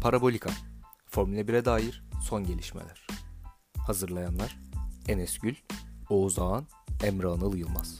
Parabolika, Formula 1'e dair son gelişmeler. Hazırlayanlar Enes Gül, Oğuz Ağan, Emre Anıl Yılmaz.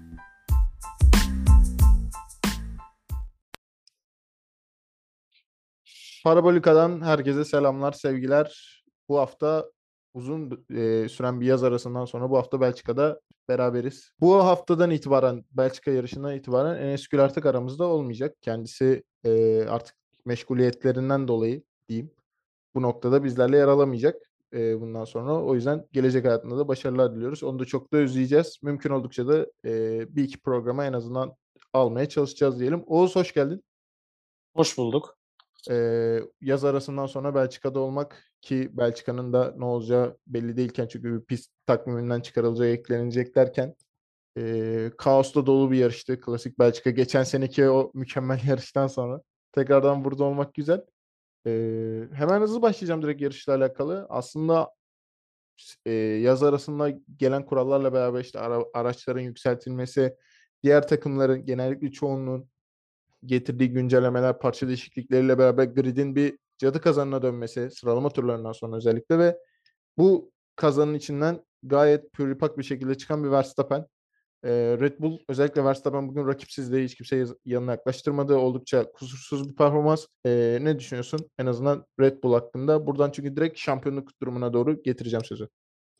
Parabolika'dan herkese selamlar, sevgiler. Bu hafta uzun süren bir yaz arasından sonra bu hafta Belçika'da beraberiz. Bu haftadan itibaren, Belçika yarışından itibaren Enes Gül artık aramızda olmayacak. Kendisi artık meşguliyetlerinden dolayı diyeyim. Bu noktada bizlerle yer alamayacak bundan sonra. O yüzden gelecek hayatında da başarılar diliyoruz. Onu da çok da özleyeceğiz. Mümkün oldukça da bir iki programa en azından almaya çalışacağız diyelim. Oğuz, hoş geldin. Hoş bulduk. Yaz arasından sonra Belçika'da olmak, ki Belçika'nın da ne olacağı belli değilken, çünkü bir pist takviminden çıkarılacak, eklenecek derken kaosla dolu bir yarıştı. Klasik Belçika. Geçen seneki o mükemmel yarıştan sonra tekrardan burada olmak güzel. Hemen hızlı başlayacağım direkt yarışla alakalı. Aslında yaz arasında gelen kurallarla beraber işte araçların yükseltilmesi, diğer takımların, genellikle çoğunluğun getirdiği güncellemeler, parça değişiklikleriyle beraber gridin bir cadı kazanına dönmesi, sıralama turlarından sonra özellikle, ve bu kazanın içinden gayet pürripak bir şekilde çıkan bir Verstappen. Red Bull, özellikle Verstappen bugün rakipsizliği hiç kimseyi yanına yaklaştırmadı. Oldukça kusursuz bir performans. Ne düşünüyorsun en azından Red Bull hakkında? Buradan çünkü direkt şampiyonluk durumuna doğru getireceğim sözü.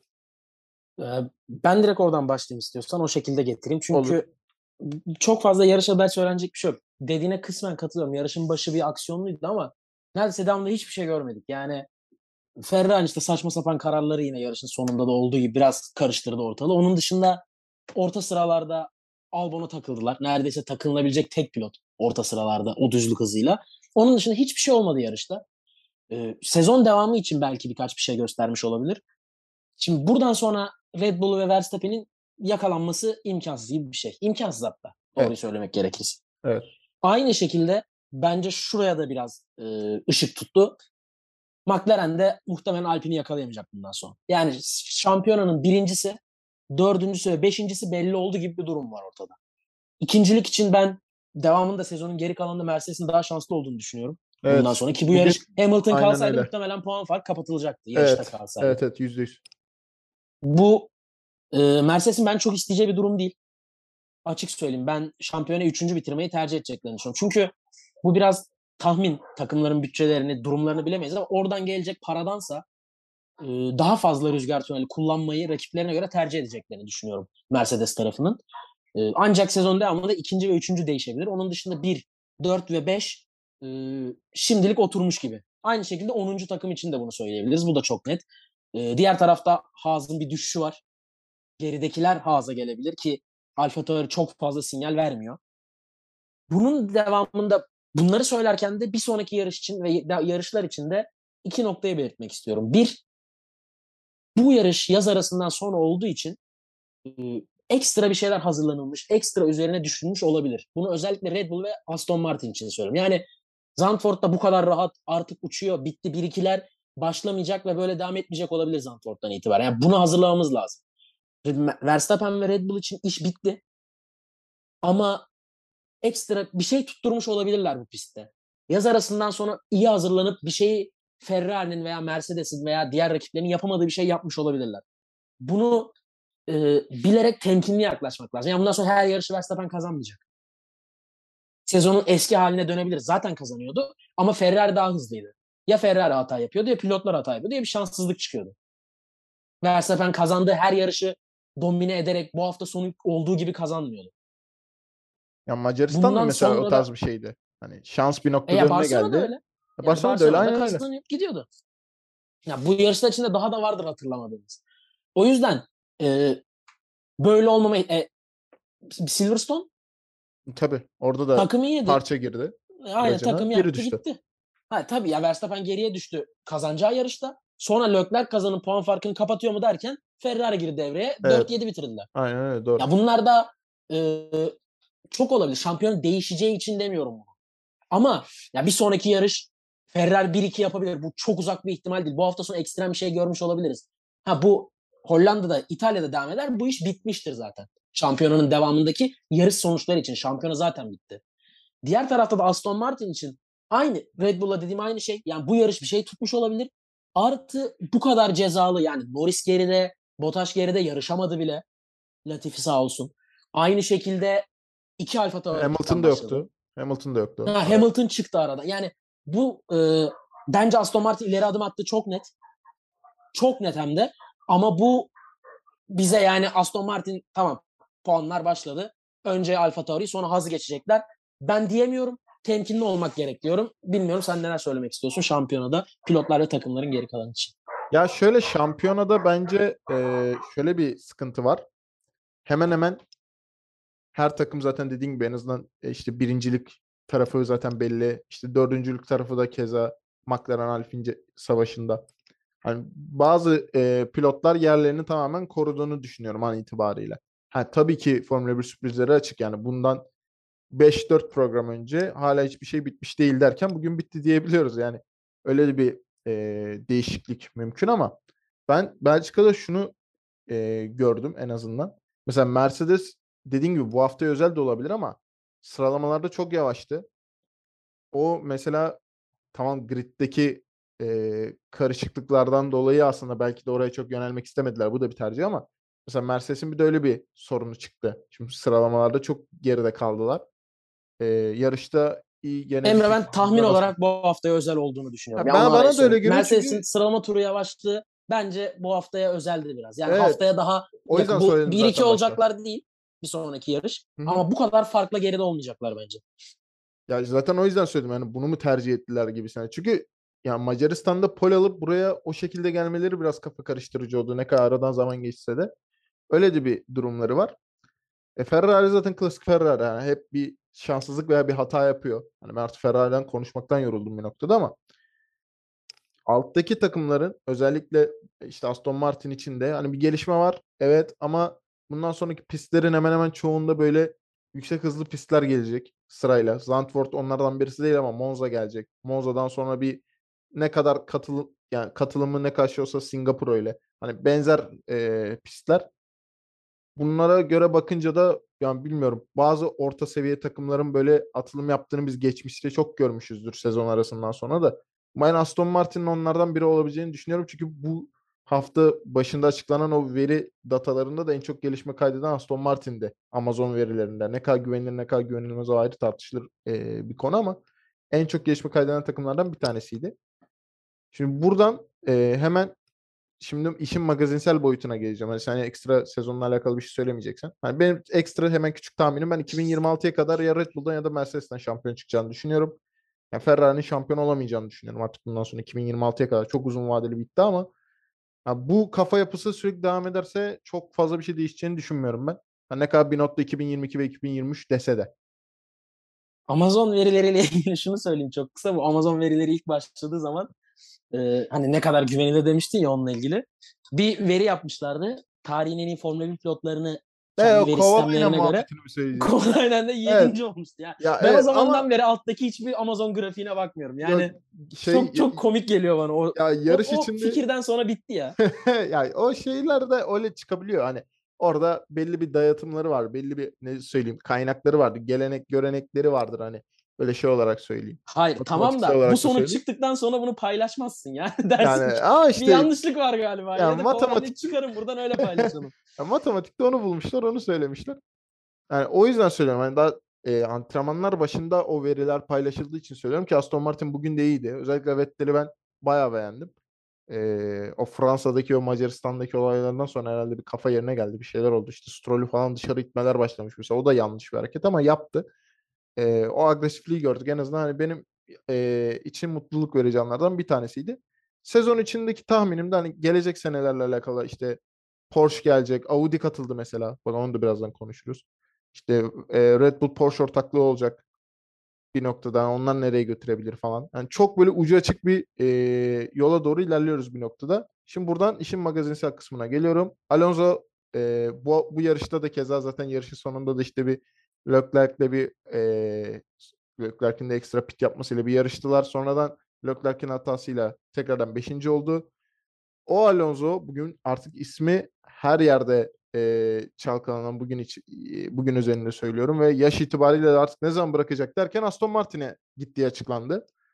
Ben direkt oradan başlayayım istiyorsan. O şekilde getireyim. Olur. Çünkü çok fazla yarışa belki söylenecek bir şey yok. Dediğine kısmen katılıyorum. Yarışın başı bir aksiyonluydu ama neredeyse devamında hiçbir şey görmedik. Yani Ferrari işte saçma sapan kararları yine yarışın sonunda da olduğu gibi biraz karıştırdı ortalığı. Onun dışında orta sıralarda Albon'a takıldılar. Neredeyse takılınabilecek tek pilot orta sıralarda o düzlük hızıyla. Onun dışında hiçbir şey olmadı yarışta. Sezon devamı için belki birkaç bir şey göstermiş olabilir. Şimdi buradan sonra Red Bull ve Verstappen'in yakalanması imkansız gibi bir şey. İmkansız hatta. Doğruyu Evet. söylemek gerekirse. Evet. Aynı şekilde bence şuraya da biraz ışık tuttu. McLaren de muhtemelen Alpine'i yakalayamayacak bundan sonra. Yani şampiyonanın birincisi, dördüncüsü ve beşincisi belli oldu gibi bir durum var ortada. İkincilik için ben devamında sezonun geri kalanında Mercedes'in daha şanslı olduğunu düşünüyorum. Bundan Evet. sonra ki bu Bugün yarış Hamilton aynen kalsaydı öyle. muhtemelen puan fark kapatılacaktı yarışta Evet. kalsaydı. Evet, evet, %100. Bu Mercedes'in ben çok isteyeceği bir durum değil. Açık söyleyeyim. Ben şampiyonu 3. bitirmeyi tercih edeceklerini düşünüyorum. Çünkü bu biraz tahmin. Takımların bütçelerini, durumlarını bilemeyiz ama oradan gelecek paradansa daha fazla rüzgar tüneli kullanmayı rakiplerine göre tercih edeceklerini düşünüyorum Mercedes tarafının. Ancak sezon devamında 2. ve 3. değişebilir. Onun dışında 1, 4 ve 5 şimdilik oturmuş gibi. Aynı şekilde 10. takım için de bunu söyleyebiliriz. Bu da çok net. Diğer tarafta Haas'ın bir düşüşü var. Geridekiler Haas'a gelebilir ki AlphaTauri çok fazla sinyal vermiyor. Bunun devamında bunları söylerken de bir sonraki yarış için ve yarışlar için de iki noktayı belirtmek istiyorum. Bir, bu yarış yaz arasından sonra olduğu için e, ekstra bir şeyler hazırlanılmış, ekstra üzerine düşünülmüş olabilir. Bunu özellikle Red Bull ve Aston Martin için söylüyorum. Yani Zandvoort'ta bu kadar rahat artık uçuyor, bitti, 1-2'ler başlamayacak ve böyle devam etmeyecek olabilir Zandvoort'tan itibaren. Yani bunu hazırlamamız lazım. Verstappen ve Red Bull için iş bitti. Ama ekstra bir şey tutturmuş olabilirler bu pistte. Yaz arasından sonra iyi hazırlanıp bir şeyi Ferrari'nin veya Mercedes'in veya diğer rakiplerin yapamadığı bir şey yapmış olabilirler. Bunu bilerek temkinli yaklaşmak lazım. Yani bundan sonra her yarışı Verstappen kazanmayacak. Sezonun eski haline dönebilir. Zaten kazanıyordu ama Ferrari daha hızlıydı. Ya Ferrari hata yapıyordu ya pilotlar hata yapıyordu ya bir şanssızlık çıkıyordu. Verstappen kazandığı her yarışı domine ederek bu hafta sonu olduğu gibi kazanmıyordu. Ya Macaristan da Bundan mesela o sonra da tarz bir şeydi. Hani şans bir noktada ya önüne Barcelona da geldi. öyle. Yani Barcelona da öyle, Barcelona'da aynen öyle. kazanıp gidiyordu. Ya bu yarışlar içinde daha da vardır hatırlamadığımız. O yüzden e, böyle olmamayı Silverstone Tabii orada da takımı iyiydi. parça girdi Aynen aracına. takım Geri yaktı düştü. gitti. Ha, tabii ya Verstappen geriye düştü kazanacağı yarışta. Sonra Leclerc kazanıp puan farkını kapatıyor mu derken Ferrari girdi devreye. Evet. 4-7 bitirdiler. Aynen öyle, doğru. Ya bunlar da e, çok olabilir. Şampiyon değişeceği için demiyorum bunu. Ama ya bir sonraki yarış Ferrari 1-2 yapabilir. Bu çok uzak bir ihtimal değil. Bu hafta sonu ekstrem bir şey görmüş olabiliriz. Ha bu Hollanda'da, İtalya'da devam eder. Bu iş bitmiştir zaten. Şampiyonanın devamındaki yarış sonuçları için. Şampiyona zaten bitti. Diğer tarafta da Aston Martin için aynı Red Bull'la dediğim aynı şey. Yani bu yarış bir şey tutmuş olabilir. Artı bu kadar cezalı, yani Norris geride, Bottas geride, yarışamadı bile. Latifi sağ olsun. Aynı şekilde iki Alfa Tauri Hamilton pistten da başladı. yoktu. Hamilton da yoktu. Hamilton çıktı arada. Yani bu bence Aston Martin ileri adım attı, çok net. Çok net hem de. Ama bu bize, yani Aston Martin tamam, puanlar başladı. Önce Alfa Tauri, sonra Haas'ı geçecekler. Ben diyemiyorum. Temkinli olmak gerek diyorum. Bilmiyorum, sen neler söylemek istiyorsun şampiyonada pilotlar ve takımların geri kalanı için. Ya şöyle, şampiyonada bence şöyle bir sıkıntı var. Hemen hemen her takım zaten dediğim gibi en azından işte birincilik tarafı zaten belli. İşte dördüncülük tarafı da keza McLaren Alpine savaşında. Hani bazı pilotlar yerlerini tamamen koruduğunu düşünüyorum an itibariyle. Ha, tabii ki Formula 1 sürprizleri açık, yani bundan 5-4 program önce hala hiçbir şey bitmiş değil derken bugün bitti diyebiliyoruz. Yani öyle bir değişiklik mümkün ama ben Belçika'da şunu gördüm en azından. Mesela Mercedes dediğim gibi bu hafta özel de olabilir ama sıralamalarda çok yavaştı. O mesela tamam, griddeki karışıklıklardan dolayı aslında belki de oraya çok yönelmek istemediler. Bu da bir tercih ama mesela Mercedes'in bir de öyle bir sorunu çıktı. Şimdi sıralamalarda çok geride kaldılar. Yarışta iyi, gene bir Emre, şekilde ben tahmin hızlar olarak bu haftaya özel olduğunu düşünüyorum. Ha, Ya ondan araya bana da öyle söyleyeyim. geliyor Mercedes'in çünkü sıralama turu yavaşlığı bence bu haftaya özeldi biraz. Yani evet, haftaya daha o yüzden yakın. Bu söyledim 1-2 zaten başta. olacaklar değil bir sonraki yarış. Hı hı. Ama bu kadar farklı geride olmayacaklar bence. Ya zaten o yüzden söyledim, yani bunu mu tercih ettiler gibisine. Çünkü ya Macaristan'da pol alıp buraya o şekilde gelmeleri biraz kafa karıştırıcı oldu. Ne kadar aradan zaman geçse de. Öyle de bir durumları var. Ferrari zaten klasik Ferrari. Yani hep bir şanssızlık veya bir hata yapıyor. Hani ben artık Ferrari'den konuşmaktan yoruldum bir noktada ama alttaki takımların özellikle işte Aston Martin içinde hani bir gelişme var. Evet ama bundan sonraki pistlerin hemen hemen çoğunda böyle yüksek hızlı pistler gelecek sırayla. Zandvoort onlardan birisi değil ama Monza gelecek. Monza'dan sonra bir ne kadar yani katılımı ne kadar şey olsa Singapur öyle. Hani benzer pistler. Bunlara göre bakınca da yani bilmiyorum, bazı orta seviye takımların böyle atılım yaptığını biz geçmişte çok görmüşüzdür sezon arasından sonra da. Ben Aston Martin'in onlardan biri olabileceğini düşünüyorum. Çünkü bu hafta başında açıklanan o veri datalarında da en çok gelişme kaydeden Aston Martin'de. Amazon verilerinde. Ne kadar güvenilir ne kadar güvenilmez o ayrı tartışılır bir konu ama en çok gelişme kaydeden takımlardan bir tanesiydi. Şimdi buradan hemen şimdi işin magazinsel boyutuna geleceğim. Hani sen ekstra sezonla alakalı bir şey söylemeyeceksen. Hani benim ekstra hemen küçük tahminim, ben 2026'ya kadar ya Red Bull'dan ya da Mercedes'ten şampiyon çıkacağını düşünüyorum. Yani Ferrari'nin şampiyon olamayacağını düşünüyorum artık bundan sonra 2026'ya kadar. Çok uzun vadeli bir iddia ama ya bu kafa yapısı sürekli devam ederse çok fazla bir şey değişeceğini düşünmüyorum ben. Yani ne kadar bir notta 2022 ve 2023 dese de. Amazon verileriyle ilgili şunu söyleyeyim çok kısa. Bu Amazon verileri ilk başladığı zaman hani ne kadar güvenilir demiştin ya, onunla ilgili. Bir veri yapmışlardı. Tarihin en iyi Formula 1 pilotlarını kendi O veri kovalayla sistemlerine göre muhabbetini mi söyleyeceksin? Kovalainen de Evet. 7. olmuştu. Yani Ya ben o evet zamandan ama beri alttaki hiçbir Amazon grafiğine bakmıyorum. yok, Yani şey çok çok komik geliyor bana. O, ya o, yarış o içinde fikirden sonra bitti ya. yani o şeyler de öyle çıkabiliyor. Hani orada belli bir dayatımları var. Belli bir ne söyleyeyim kaynakları vardır. Gelenek görenekleri vardır hani. Böyle şey olarak söyleyeyim. Hayır tamam Matematiksel da bu olarak da sonuç söyleyeyim. çıktıktan sonra bunu paylaşmazsın yani. Yani Dersin ki ama bir işte yanlışlık var galiba. Ya yani da Kovalainen'i matematikte çıkarın buradan, öyle paylaşalım. matematikte onu bulmuşlar, onu söylemişler. Yani o yüzden söylüyorum. Hani daha antrenmanlar başında o veriler paylaşıldığı için söylüyorum ki Aston Martin bugün de iyiydi. Özellikle Vettel'i ben bayağı beğendim. O Fransa'daki o Macaristan'daki olaylardan sonra herhalde bir kafa yerine geldi. Bir şeyler oldu. İşte Stroll'ü falan dışarı itmeler başlamış mesela. O da yanlış bir hareket ama yaptı. O agresifliği gördük. En azından hani benim için mutluluk verici anlardan bir tanesiydi. Sezon içindeki tahminim de hani gelecek senelerle alakalı işte Porsche gelecek. Audi katıldı mesela. Onu da birazdan konuşuruz. İşte Red Bull Porsche ortaklığı olacak bir noktada. Onlar nereye götürebilir falan. Yani çok böyle ucu açık bir yola doğru ilerliyoruz bir noktada. Şimdi buradan işin magazinsel kısmına geliyorum. Alonso bu yarışta da keza zaten yarışın sonunda da işte bir Leclerc'le bir Leclerc'in de ekstra pit yapmasıyla bir yarıştılar. Sonradan Leclerc'in hatasıyla tekrardan beşinci oldu. O Alonso bugün artık ismi her yerde çalkalanan bugün üzerinde söylüyorum ve yaş itibariyle de artık ne zaman bırakacak derken Aston Martin'e gittiği açıklandı.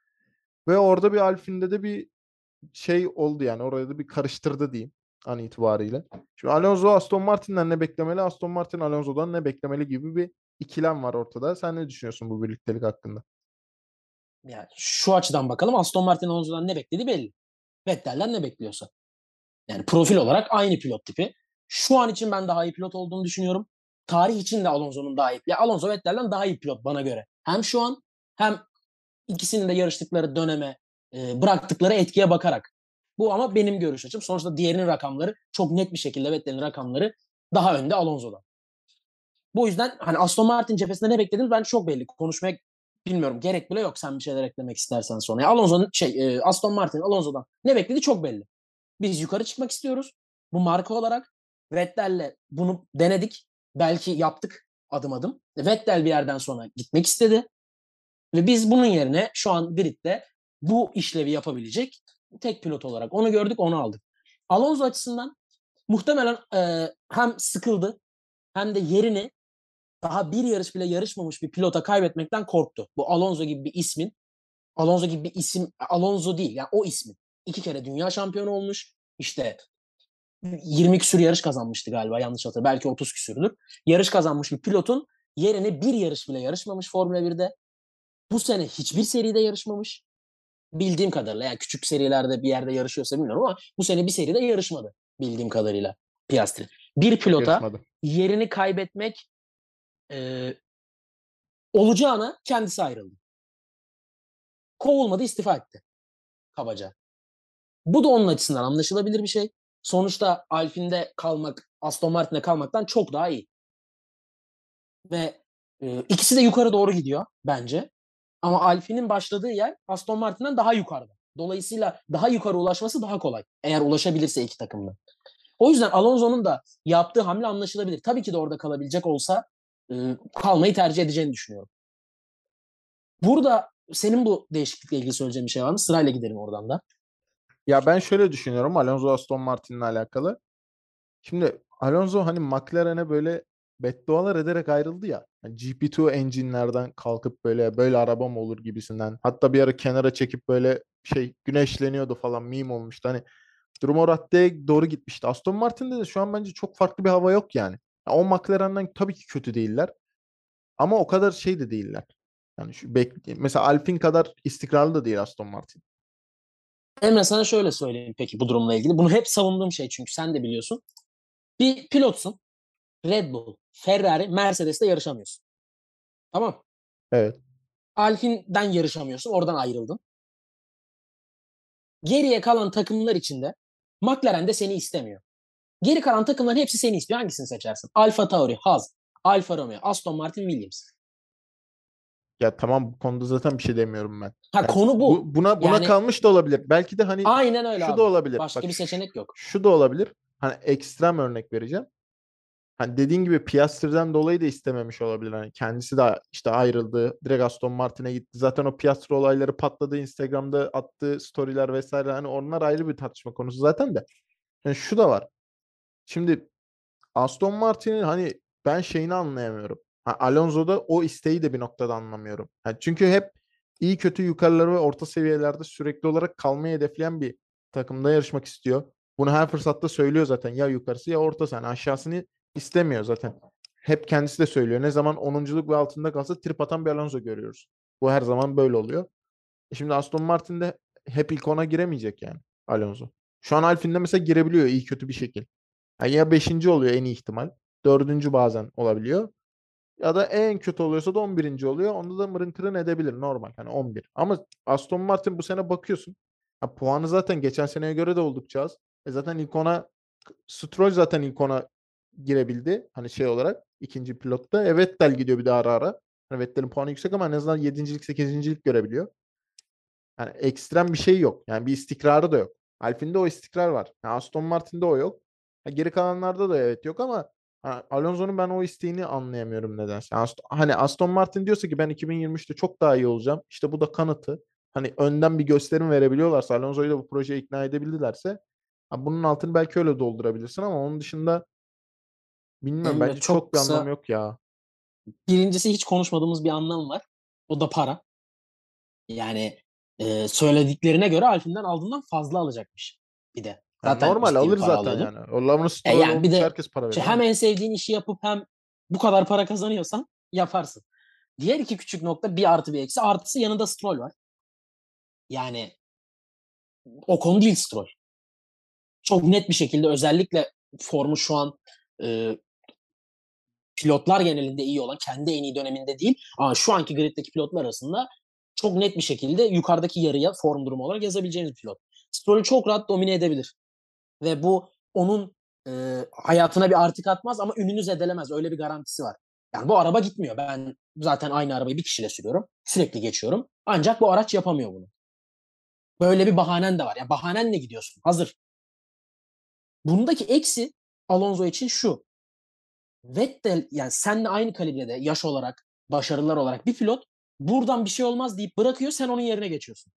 Ve orada bir Alpine'de de bir şey oldu yani. Oraya da bir karıştırdı diyeyim an itibariyle. Şimdi Alonso Aston Martin'den ne beklemeli? Aston Martin Alonso'dan ne beklemeli gibi bir ikilem var ortada. Sen ne düşünüyorsun bu birliktelik hakkında? Yani şu açıdan bakalım, Aston Martin Alonso'dan ne beklediği belli. Vettel'den ne bekliyorsa. Yani profil olarak aynı pilot tipi. Şu an için ben daha iyi pilot olduğunu düşünüyorum. Tarih için de Alonso'nun daha iyi. Ya Alonso Vettel'den daha iyi pilot bana göre. Hem şu an hem ikisinin de yarıştıkları döneme, bıraktıkları etkiye bakarak. Bu ama benim görüş açım. Sonuçta diğerinin rakamları çok net bir şekilde, Vettel'in rakamları daha önde Alonso'dan. Bu yüzden hani Aston Martin cephesinde ne beklediniz ben çok belli. Konuşmaya bilmiyorum. Gerek bile yok sen bir şeyler eklemek istersen sonra. Ya Alonso'nun Aston Martin Alonso'dan ne bekledi çok belli. Biz yukarı çıkmak istiyoruz. Bu marka olarak Vettel'le bunu denedik. Belki yaptık adım adım. Vettel bir yerden sonra gitmek istedi. Ve biz bunun yerine şu an gridde bu işlevi yapabilecek tek pilot olarak onu gördük, onu aldık. Alonso açısından muhtemelen hem sıkıldı hem de yerini daha bir yarış bile yarışmamış bir pilota kaybetmekten korktu. Bu Alonso gibi bir ismin, Alonso gibi bir isim, Alonso değil yani o ismin. 2 kere dünya şampiyonu olmuş. İşte 20 küsür yarış kazanmıştı galiba yanlış hatırlamıyorum. Belki 30 küsürdür. Yarış kazanmış bir pilotun yerine bir yarış bile yarışmamış Formula 1'de. Bu sene hiçbir seride yarışmamış. Bildiğim kadarıyla yani küçük serilerde bir yerde yarışıyorsa bilmiyorum ama bu sene bir seride yarışmadı bildiğim kadarıyla Piastri. Bir pilota Yarışmadı. yerini kaybetmek e, olacağına kendisi ayrıldı. Kovulmadı, istifa etti kabaca. Bu da onun açısından anlaşılabilir bir şey. Sonuçta Alpine'de kalmak, Aston Martin'de kalmaktan çok daha iyi. Ve ikisi de yukarı doğru gidiyor bence. Ama Alpine'in başladığı yer Aston Martin'den daha yukarıda. Dolayısıyla daha yukarı ulaşması daha kolay. Eğer ulaşabilirse iki takımda. O yüzden Alonso'nun da yaptığı hamle anlaşılabilir. Tabii ki de orada kalabilecek olsa kalmayı tercih edeceğini düşünüyorum. Burada senin bu değişiklikle ilgili söyleyeceğin bir şey var mı? Sırayla gidelim oradan da. Ya ben şöyle düşünüyorum Alonso Aston Martin'le alakalı. Şimdi Alonso hani McLaren'e böyle beddualar ederek ayrıldı ya. Yani GP2 engine'lerden kalkıp böyle araba mı olur gibisinden. Hatta bir ara kenara çekip böyle güneşleniyordu falan meme olmuştu. Hani durum o raddeye doğru gitmişti. Aston Martin'de de şu an bence çok farklı bir hava yok yani. Ya o McLaren'den tabii ki kötü değiller. Ama o kadar şey de değiller. Yani mesela Alpine kadar istikrarlı da değil Aston Martin. Emre sana şöyle söyleyeyim peki bu durumla ilgili. Bunu hep savunduğum şey çünkü sen de biliyorsun. Bir pilotsun. Red Bull, Ferrari, Mercedes'te yarışamıyorsun. Tamam. Evet. Alpine'den yarışamıyorsun. Oradan ayrıldın. Geriye kalan takımlar içinde McLaren de seni istemiyor. Geri kalan takımların hepsi seni istiyor. Hangisini seçersin? Alfa Tauri, Haas, Alfa Romeo, Aston Martin, Williams. Ya tamam bu konuda zaten bir şey demiyorum ben. Ha Yani konu bu. buna Yani kalmış da olabilir. Belki de hani aynen öyle şu da abi. olabilir. Başka Bak bir seçenek yok. şu da olabilir. Hani ekstrem örnek vereceğim. Hani dediğin gibi Piastri'den dolayı da istememiş olabilir. Hani kendisi de işte ayrıldı. Direkt Aston Martin'e gitti. Zaten o Piastri olayları patladı. Instagram'da attığı storyler vesaire. Hani onlar ayrı bir tartışma konusu zaten de. Yani şu da var. Şimdi Aston Martin'in hani ben şeyini anlayamıyorum. Ha, Alonso'da o isteği de bir noktada anlamıyorum. Ha, çünkü hep iyi kötü yukarıları ve orta seviyelerde sürekli olarak kalmayı hedefleyen bir takımda yarışmak istiyor. Bunu her fırsatta söylüyor zaten. Ya yukarısı ya ortası. Yani aşağısını istemiyor zaten. Hep kendisi de söylüyor. Ne zaman onunculuk ve altında kalsa trip atan bir Alonso görüyoruz. Bu her zaman böyle oluyor. Şimdi Aston Martin'de hep ilk ona giremeyecek yani Alonso. Şu an Alpine'de mesela girebiliyor iyi kötü bir şekilde. Yani ya beşinci oluyor en iyi ihtimal. Dördüncü bazen olabiliyor. Ya da en kötü oluyorsa da 11. oluyor. Onda da mırın kırın edebilir normal. Hani 11. Ama Aston Martin bu sene bakıyorsun. Ha, puanı zaten geçen seneye göre de oldukça az. Zaten ilk ona Stroll zaten ilk ona girebildi. Hani şey olarak ikinci pilotta. Vettel gidiyor bir de ara ara. Hani Vettel'in puanı yüksek ama en azından yedincilik, sekizincilik görebiliyor. Yani ekstrem bir şey yok. Yani bir istikrarı da yok. Alpine'de o istikrar var. Yani Aston Martin'de o yok. Ha, geri kalanlarda da evet yok ama Alonso'nun ben o isteğini anlayamıyorum nedense. Hani Aston Martin diyorsa ki ben 2023'te çok daha iyi olacağım. İşte bu da kanıtı. Hani önden bir gösterim verebiliyorlarsa Alonso'yu da bu projeye ikna edebildilerse bunun altını belki öyle doldurabilirsin ama onun dışında bilmiyorum Emre bence çok çok bir anlamı kısa. yok ya. Birincisi hiç konuşmadığımız bir anlam var. O da para. Yani Söylediklerine göre Alpine'den aldığından fazla alacakmış. Bir de. Yani Zaten normal ciddi bir alır para zaten alıyordu. yani. O Lawrence Stroll Yani bir olmuş, de herkes para şey, veriyor hem oğlum. en sevdiğin işi yapıp hem bu kadar para kazanıyorsan yaparsın. Diğer iki küçük nokta, bir artı bir eksi. Artısı, yanında Stroll var. Yani Ocon değil Stroll. Çok net bir şekilde, özellikle formu şu an e, pilotlar genelinde iyi olan, kendi en iyi döneminde değil ama şu anki griddeki pilotlar arasında çok net bir şekilde yukarıdaki yarıya form durumu olarak yazabileceğimiz bir pilot. Stroll'ü çok rahat domine edebilir. Ve bu onun hayatına bir artı katmaz ama ününü zedelemez. Öyle bir garantisi var. Yani bu araba gitmiyor. Ben zaten aynı arabayı bir kişiyle sürüyorum. Sürekli geçiyorum. Ancak bu araç yapamıyor bunu. Böyle bir bahanen de var. Ya bahanenle gidiyorsun. Hazır. Bundaki eksi Alonso için şu. Vettel, yani seninle aynı kalibrede yaş olarak, başarılar olarak bir pilot buradan bir şey olmaz deyip bırakıyor, sen onun yerine geçiyorsun.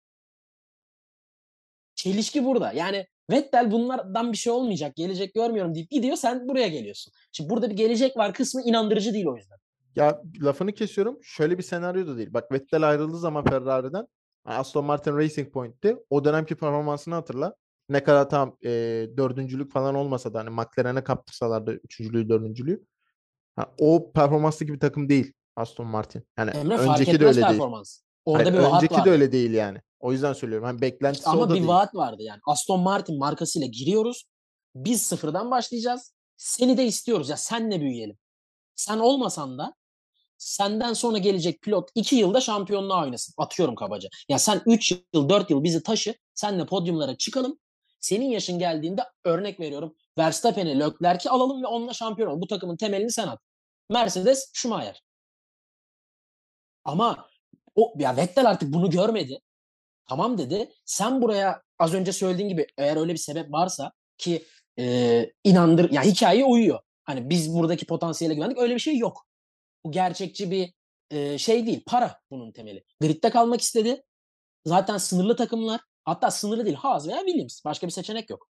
Çelişki burada. Yani Vettel bunlardan bir şey olmayacak, gelecek görmüyorum deyip gidiyor, sen buraya geliyorsun. Şimdi burada bir gelecek var kısmı inandırıcı değil o yüzden. Ya lafını kesiyorum. Şöyle bir senaryo da değil. Bak Vettel ayrıldığı zaman Ferrari'den Aston Martin Racing Point'ti. O dönemki performansını hatırla. Ne kadar tam dördüncülük falan olmasa da hani McLaren'e kaptırsalardı üçüncülüğü, dördüncülüğü. O performanstaki bir takım değil Aston Martin. Yani Emre, fark önceki de etmez öyle değil. performans. Hayır, Orada bir vaat önceki de vardı. öyle değil yani. O yüzden söylüyorum. Hani İşte beklentisi o ama da bir değil. vaat vardı yani. Aston Martin markasıyla giriyoruz. Biz sıfırdan başlayacağız. Seni de istiyoruz ya, senle büyüyelim. Sen olmasan da senden sonra gelecek pilot 2 yılda şampiyonluğa oynasın. Atıyorum kabaca. Ya sen 3 yıl 4 yıl bizi taşı. Senle podyumlara çıkalım. Senin yaşın geldiğinde, örnek veriyorum, Verstappen'i, Leclerc'i alalım ve onunla şampiyon ol. Bu takımın temelini sen at. Mercedes, Schumacher. Ama ya Vettel artık bunu görmedi. Tamam dedi. Sen buraya, az önce söylediğin gibi, eğer öyle bir sebep varsa ki inandır, ya hikayeye uyuyor. Hani biz buradaki potansiyele güvendik. Öyle bir şey yok. Bu gerçekçi bir şey değil. Para bunun temeli. Grid'de kalmak istedi. Zaten sınırlı takımlar. Hatta sınırlı değil. Haas veya Williams. Başka bir seçenek yok.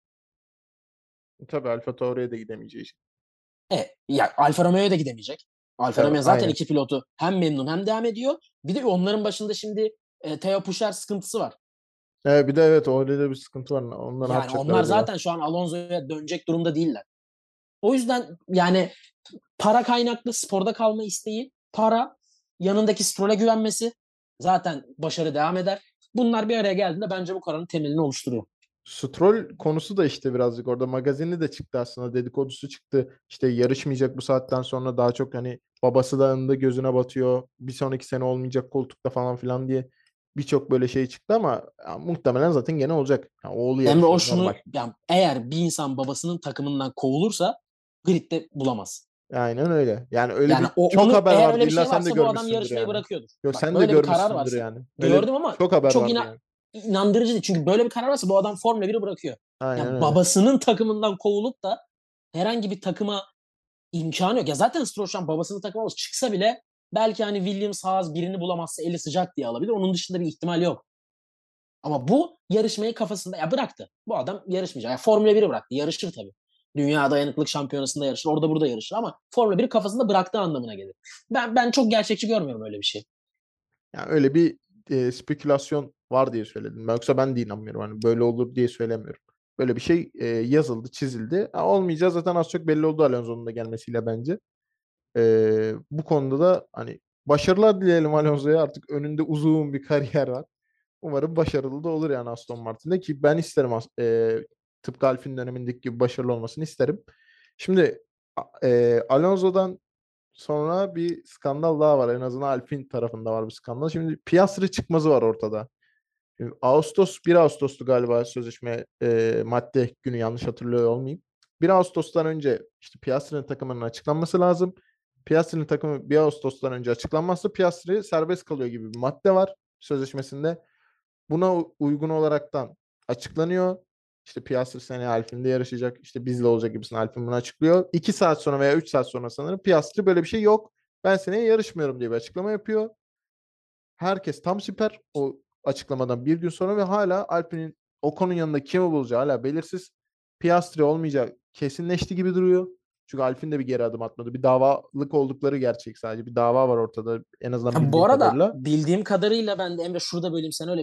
Tabii Alfa Tauri'ye de gidemeyeceği için. Ya Alfa Romeo'ya da gidemeyecek. Alfa Evet, Romeo zaten aynen. iki pilotu hem memnun hem devam ediyor. Bir de onların başında şimdi Theo Puşar sıkıntısı var. Bir de evet orada da bir sıkıntı var. Onlar ne Yani yapacaklar onlar acaba? zaten şu an Alonso'ya dönecek durumda değiller. O yüzden yani para kaynaklı sporda kalma isteği, para, yanındaki Stroll'e güvenmesi, zaten başarı devam eder. Bunlar bir araya geldiğinde bence bu kararın temelini oluşturuyor. Stroll konusu da işte birazcık orada magazini de çıktı aslında, dedikodusu çıktı. İşte yarışmayacak bu saatten sonra, daha çok hani babası da önünde gözüne batıyor. Bir sonraki sene olmayacak koltukta falan filan diye birçok böyle şey çıktı ama ya, muhtemelen zaten gene olacak. Ya, oğlu Emre, o yarışıyor normal. şunu, yani eğer bir insan babasının takımından kovulursa gridde bulamaz. Aynen öyle. Yani öyle Yani bir çok onu, haber eğer vardı. öyle bir İlla şey sen de varsa bu adam görmüşsündür yarışmayı yani. bırakıyordur. Yok, Bak, sen de böyle bir karar görmüşsündür varsa, yani. Öyle gördüm ama çok haber çok vardı yani. inandırıcı değil. Çünkü böyle bir karar varsa bu adam Formula 1'i bırakıyor. Aynen Yani öyle. babasının takımından kovulup da herhangi bir takıma imkanı yok. Ya zaten Stroll şu an babasının takımı olsa, çıksa bile belki hani Williams, Haas birini bulamazsa eli sıcak diye alabilir. Onun dışında bir ihtimal yok. Ama bu yarışmayı kafasında ya bıraktı. Bu adam yarışmayacak. Yani Formula 1'i bıraktı. Yarışır tabii. Dünya Dayanıklılık Şampiyonası'nda yarışır. Orada burada yarışır ama Formula 1'i kafasında bıraktığı anlamına gelir. Ben çok gerçekçi görmüyorum öyle bir şey. Yani öyle bir spekülasyon var diye söyledim. Yoksa ben de inanmıyorum. Hani böyle olur diye söylemiyorum. Böyle bir şey yazıldı, çizildi. Olmayacağı zaten az çok belli oldu Alonso'nun da gelmesiyle bence. Bu konuda da hani başarılar dileyelim Alonso'ya. Artık önünde uzun bir kariyer var. Umarım başarılı da olur yani Aston Martin'de, ki ben isterim tıpkı Alfin dönemindeki gibi başarılı olmasını isterim. Şimdi Alonso'dan sonra bir skandal daha var. En azından Alpine tarafında var bir skandal. Şimdi Piastri çıkmazı var ortada. Şimdi 1 Ağustos'tu galiba sözleşme madde günü, yanlış hatırlıyor olmayayım. 1 Ağustos'tan önce işte Piastri'nin takımının açıklanması lazım. Piastri'nin takımı 1 Ağustos'tan önce açıklanmazsa Piastri serbest kalıyor gibi bir madde var sözleşmesinde. Buna uygun olaraktan açıklanıyor. İşte Piastri seneye Alpine'de yarışacak, İşte bizle olacak gibisini Alpine bunu açıklıyor. 2 saat sonra veya 3 saat sonra sanırım Piastri böyle bir şey yok, ben seneye yarışmıyorum diye bir açıklama yapıyor. Herkes tam siper o açıklamadan bir gün sonra ve hala Alpine'in Ocon'un yanında kimi bulacağı hala belirsiz. Piastri olmayacak kesinleşti gibi duruyor. Çünkü Alpine de bir geri adım atmadı. Bir davalık oldukları gerçek sadece. Bir dava var ortada en azından Ha, bu bildiğim arada kadarıyla. bildiğim kadarıyla, ben de Emre şurada böleyim, sen öyle bitir.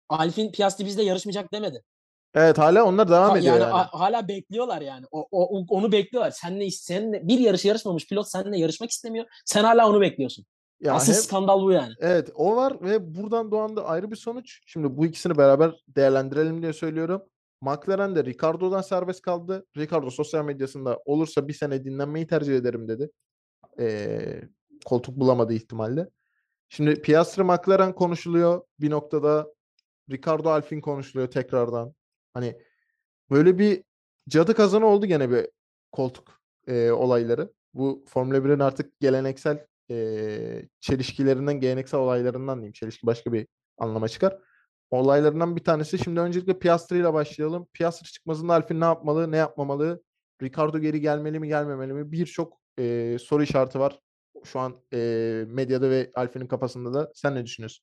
Alpine Piastri bizle yarışmayacak demedi. Evet, hala onlar devam ediyor Yani yani. hala bekliyorlar yani. Onu bekliyorlar. Seninle bir yarışmamış pilot seninle yarışmak istemiyor. Sen hala onu bekliyorsun. Ya Asıl hem skandal bu yani. evet, o var ve buradan doğan da ayrı bir sonuç. Şimdi bu ikisini beraber değerlendirelim diye söylüyorum. McLaren de Ricardo'dan serbest kaldı. Ricardo sosyal medyasında olursa bir sene dinlenmeyi tercih ederim dedi. Ee, Koltuk bulamadığı ihtimalle. Şimdi Piastri McLaren konuşuluyor bir noktada. Ricardo Alpine konuşuluyor tekrardan. Hani böyle bir cadı kazanı oldu gene bir koltuk olayları. Bu Formula 1'in artık geleneksel çelişkilerinden, geleneksel olaylarından diyeyim. Çelişki başka bir anlama çıkar. Olaylarından bir tanesi. Şimdi öncelikle Piastri ile başlayalım. Piastri çıkmasında Alpine ne yapmalı, ne yapmamalı? Ricardo geri gelmeli mi, gelmemeli mi? Birçok soru işareti var. Şu an medyada ve Alfine'in kafasında da. Sen ne düşünüyorsun?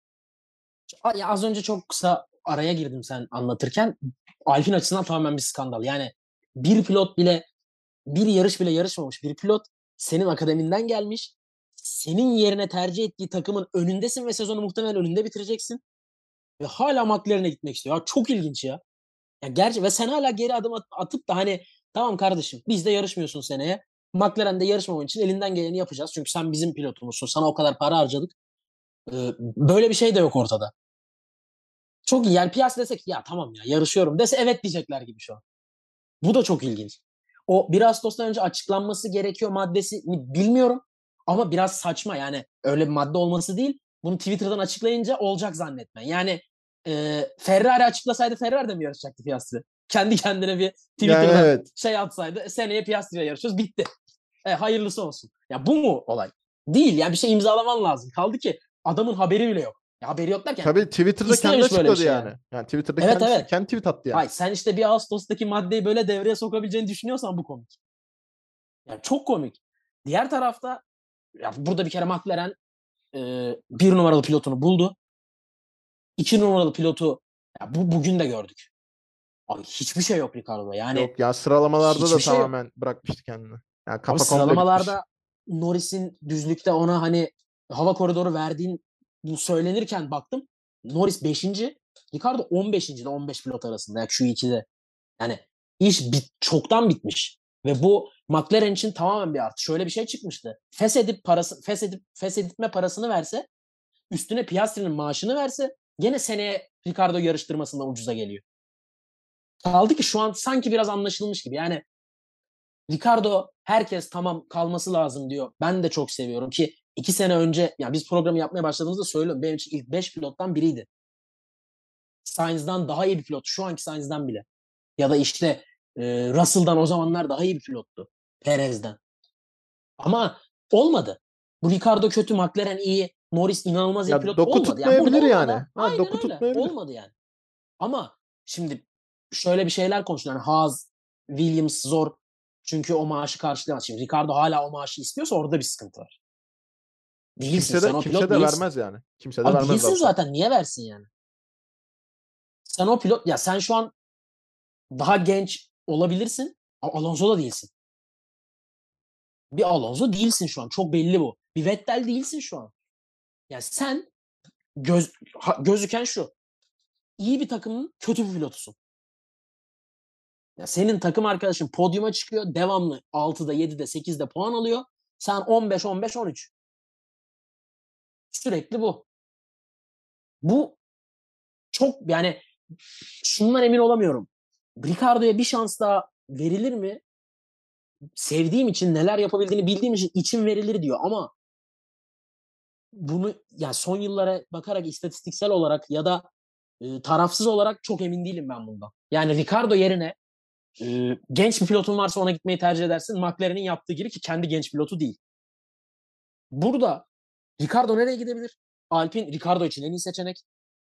Ya az önce çok kısa araya girdim sen anlatırken. Alpine açısından tamamen bir skandal. Yani bir pilot bile bir yarış bile yarışmamış bir pilot senin akademinden gelmiş. Senin yerine tercih ettiği takımın önündesin ve sezonu muhtemelen önünde bitireceksin. Ve hala McLaren'e gitmek istiyor. Ya çok ilginç ya. Ya gerçi ve sen hala geri adım atıp da hani tamam kardeşim biz de yarışmıyorsun seneye. McLaren'de yarışmaman için elinden geleni yapacağız. Çünkü sen bizim pilotumuzsun. Sana o kadar para harcadık. Böyle bir şey de yok ortada. Çok iyi. Yani Piastri desek ya tamam ya yarışıyorum dese evet diyecekler gibi şu an. Bu da çok ilginç. O 1 Ağustos'tan önce açıklanması gerekiyor maddesi mi bilmiyorum. Ama biraz saçma yani öyle bir madde olması değil. Bunu Twitter'dan açıklayınca olacak zannetmen. Yani Ferrari açıklasaydı Ferrari de mi yarışacaktı Piastri? Kendi kendine bir Yani Twitter'dan evet. şey atsaydı seneye Piastri ile yarışıyoruz bitti. Hayırlısı olsun. Ya bu mu olay? Değil yani bir şey imzalaman lazım. Kaldı ki adamın haberi bile yok. Ya haberi yok derken Tabii Twitter'da kendi istememiş böyle bir açıkladı şey yani. yani. Yani Twitter'da Evet kendisi evet. kendi tweet attı yani. Hayır sen işte 1 Ağustos'taki maddeyi böyle devreye sokabileceğini düşünüyorsan bu komik. Yani çok komik. Diğer tarafta ya burada bir kere McLaren bir numaralı pilotunu buldu. 2 numaralı pilotu ya bugün de gördük. Abi hiçbir şey yok Ricardo'da. Yani Yok ya, sıralamalarda da hiçbir şey yok. tamamen bırakmıştı kendini. Yani Abi kafa komple bitmiş. sıralamalarda Norris'in düzlükte ona hani hava koridoru verdiğin bu söylenirken baktım. Norris 5. Ricardo 15. de 15 pilot arasında ya Q2'de. Yani iş çoktan bitmiş. Ve bu McLaren için tamamen bir artı. Şöyle bir şey çıkmıştı. Fesheditme parasını verse, üstüne Piastri'nin maaşını verse gene seneye Ricardo yarıştırmasından ucuza geliyor. Kaldı ki şu an sanki biraz anlaşılmış gibi. Yani Ricardo herkes tamam kalması lazım diyor. Ben de çok seviyorum ki 2 sene önce yani biz programı yapmaya başladığımızda söylüyorum. Benim için ilk 5 pilottan biriydi. Sainz'dan daha iyi bir pilot. Şu anki Sainz'dan bile. Ya da işte Russell'dan o zamanlar daha iyi bir pilottu. Perez'den. Ama olmadı. Bu Ricardo kötü, McLaren iyi, Norris inanılmaz iyi Ya pilot doku olmadı. Yani burada tutmayabilir olmadı. yani. Ha, Aynen doku öyle. tutmayabilir. Olmadı yani. Ama şimdi şöyle bir şeyler konuşuyor. Yani Haas, Williams zor. Çünkü o maaşı karşılayamaz. Şimdi Ricardo hala o maaşı istiyorsa orada bir sıkıntı var. Değilsin. Kimse Sen de o kimse pilot de değilsin. vermez yani. Kimse de Abi vermez değilsin zaten. zaten. Niye versin yani? Sen o pilot ya sen şu an daha genç olabilirsin ama Alonso da değilsin. Bir Alonso değilsin şu an. Çok belli bu. Bir Vettel değilsin şu an. Yani sen gözüken şu. İyi bir takımın kötü bir pilotusun. Ya senin takım arkadaşın podyuma çıkıyor. Devamlı 6'da, 7'de, 8'de puan alıyor. Sen 15, 15, 13. Sürekli bu. Bu çok yani şundan emin olamıyorum. Ricardo'ya bir şans daha verilir mi? Sevdiğim için neler yapabildiğini bildiğim için içim verilir diyor ama bunu yani son yıllara bakarak istatistiksel olarak ya da tarafsız olarak çok emin değilim ben bundan. Yani Ricardo yerine genç bir pilotun varsa ona gitmeyi tercih edersin. McLaren'in yaptığı gibi ki kendi genç pilotu değil. Burada Ricardo nereye gidebilir? Alpine Ricardo için en iyi seçenek.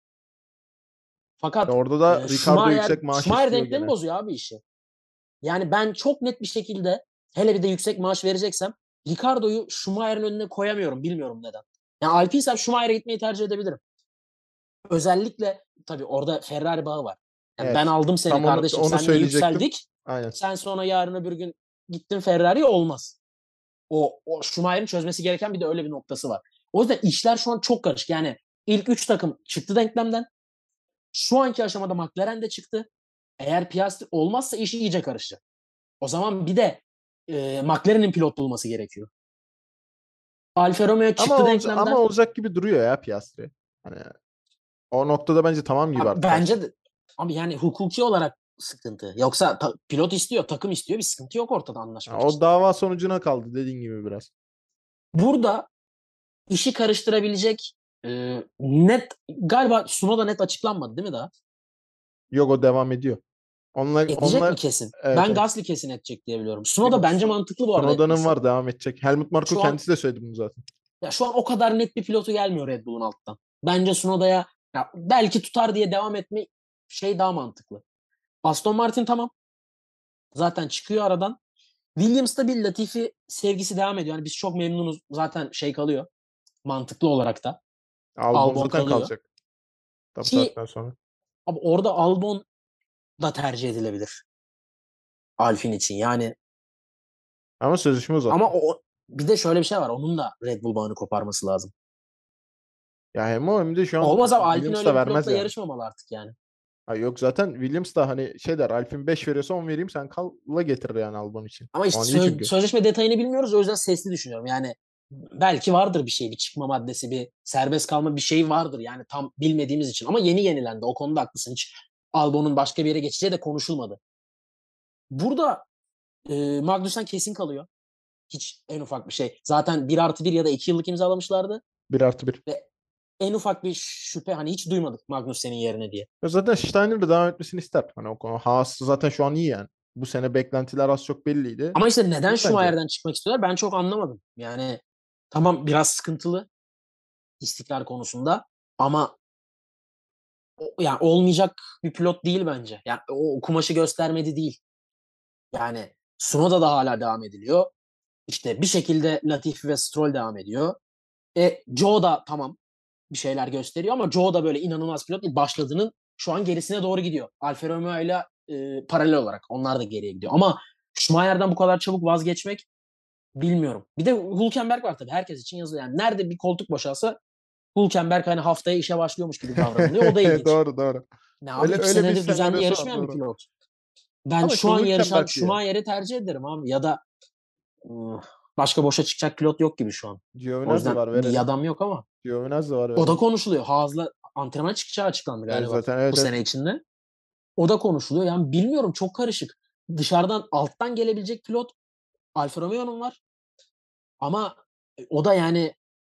Ya Fakat orada da Ricardo Schumacher, yüksek maaş Schumacher istiyor denklemi gene. bozuyor abi işi. Yani ben çok net bir şekilde hele bir de yüksek maaş vereceksem Ricardo'yu Schumacher'ın önüne koyamıyorum. Bilmiyorum neden. Yani Alpine'sem Schumacher'e gitmeyi tercih edebilirim. Özellikle tabii orada Ferrari bağı var. Yani ben Evet. aldım seni Tam onu kardeşim. onu Seninle söyleyecektim. yükseldik. Aynen. Sen sonra yarın öbür gün gittin Ferrari'ye olmaz. O Schumacher'in çözmesi gereken bir de öyle bir noktası var. O yüzden işler şu an çok karışık. Yani ilk 3 takım çıktı denklemden. Şu anki aşamada McLaren de çıktı. Eğer Piastri olmazsa işi iyice karışacak. O zaman bir de McLaren'in pilot bulması gerekiyor. Alfa Romeo çıktı Ama denklemden. olacak gibi duruyor ya Piastri. Hani o noktada bence tamam gibi artık. Bence de ama yani hukuki olarak sıkıntı. Yoksa pilot istiyor, takım istiyor. Bir sıkıntı yok ortada anlaşmak O için. dava sonucuna kaldı dediğin gibi biraz. Burada işi karıştırabilecek net galiba Tsunoda net açıklanmadı değil mi daha? Yok, o devam ediyor. Edecek mi Onlar kesin? evet, Ben evet. Gasly kesin edecek diye biliyorum. Tsunoda Yok, bence mantıklı bu arada Tsunoda'nın etmesi. var, devam edecek. Helmut Marko Şu an kendisi de söyledi bunu zaten. ya şu an o kadar net bir pilotu gelmiyor Red Bull'un alttan. Bence Tsunoda'ya ya belki tutar diye devam etme şey daha mantıklı. Aston Martin tamam. Zaten çıkıyor aradan. Williams'ta bir Latifi sevgisi devam ediyor. Yani biz çok memnunuz. Zaten şey kalıyor. Mantıklı olarak da. Albon Albon zaten kalıyor. kalacak. Tabii Ki saatten sonra. abi orada Albon da tercih edilebilir. Alfin için. Yani Ama sözleşme ama uzattı. bir de şöyle bir şey var. Onun da Red Bull bağını koparması lazım. Ya hem o hem de şu an Olmaz abi Alpine Williams da öyle bir vermez pilotla yani. yarışmamalı artık yani. Ha, yok zaten Williams da hani şey der, Alpine 5 veriyorsa 10 vereyim, sen kalla getirir yani Albon için. Ama O işte an iyi çünkü. sözleşme detayını bilmiyoruz. O yüzden sesli düşünüyorum. Yani belki vardır bir şey, bir çıkma maddesi, bir serbest kalma bir şey vardır. Yani tam bilmediğimiz için. Ama yeni yenilendi. O konuda haklısın. Hiç Albon'un başka bir yere geçeceği de konuşulmadı. Burada Magnussen kesin kalıyor. Hiç en ufak bir şey. Zaten 1+1 ya da 2 yıllık imzalamışlardı. 1+1. Ve en ufak bir şüphe hani hiç duymadık Magnussen'in yerine diye. Ya zaten Steiner de devam etmesini ister. Hani o konu. Haas zaten şu an iyi yani. Bu sene beklentiler az çok belliydi. Ama işte neden İyi bence. Schumacher'den çıkmak istiyorlar ben çok anlamadım. Yani tamam biraz sıkıntılı istikrar konusunda ama yani olmayacak bir pilot değil bence. Yani o kumaşı göstermedi değil. Yani Tsunoda da hala devam ediliyor. İşte bir şekilde Latifi ve Stroll devam ediyor. Joe da tamam bir şeyler gösteriyor ama Joe da böyle inanılmaz pilot değil. Başladığının şu an gerisine doğru gidiyor. Alfa Romeo ile paralel olarak onlar da geriye gidiyor. Ama Schumacher'dan bu kadar çabuk vazgeçmek bilmiyorum. Bir de Hülkenberg var tabii. Herkes için yazıyor. Yani nerede bir koltuk boşalsa Hülkenberg hani haftaya işe başlıyormuş gibi davranılıyor. O da ilginç. Doğru, doğru. Ne abi Öyle 2 öyle bir senedir düzenli senaryosu var, yarışmayan bir doğru. pilot. Ben Ama şu işte an yarışan Hülkenberg diye. Schumacher'i tercih ederim abi. Ya da başka boşa çıkacak pilot yok gibi şu an. O Giovinazzi yüzden var, bir verelim. adam yok ama. Giovinazzi var, O da verelim. konuşuluyor. Haas'la antrenman çıkacağı açıklandı Yani galiba zaten bu evet, evet. sene içinde. O da konuşuluyor. Yani bilmiyorum çok karışık. Dışarıdan alttan gelebilecek pilot Alfa Romeo'nun var. Ama o da yani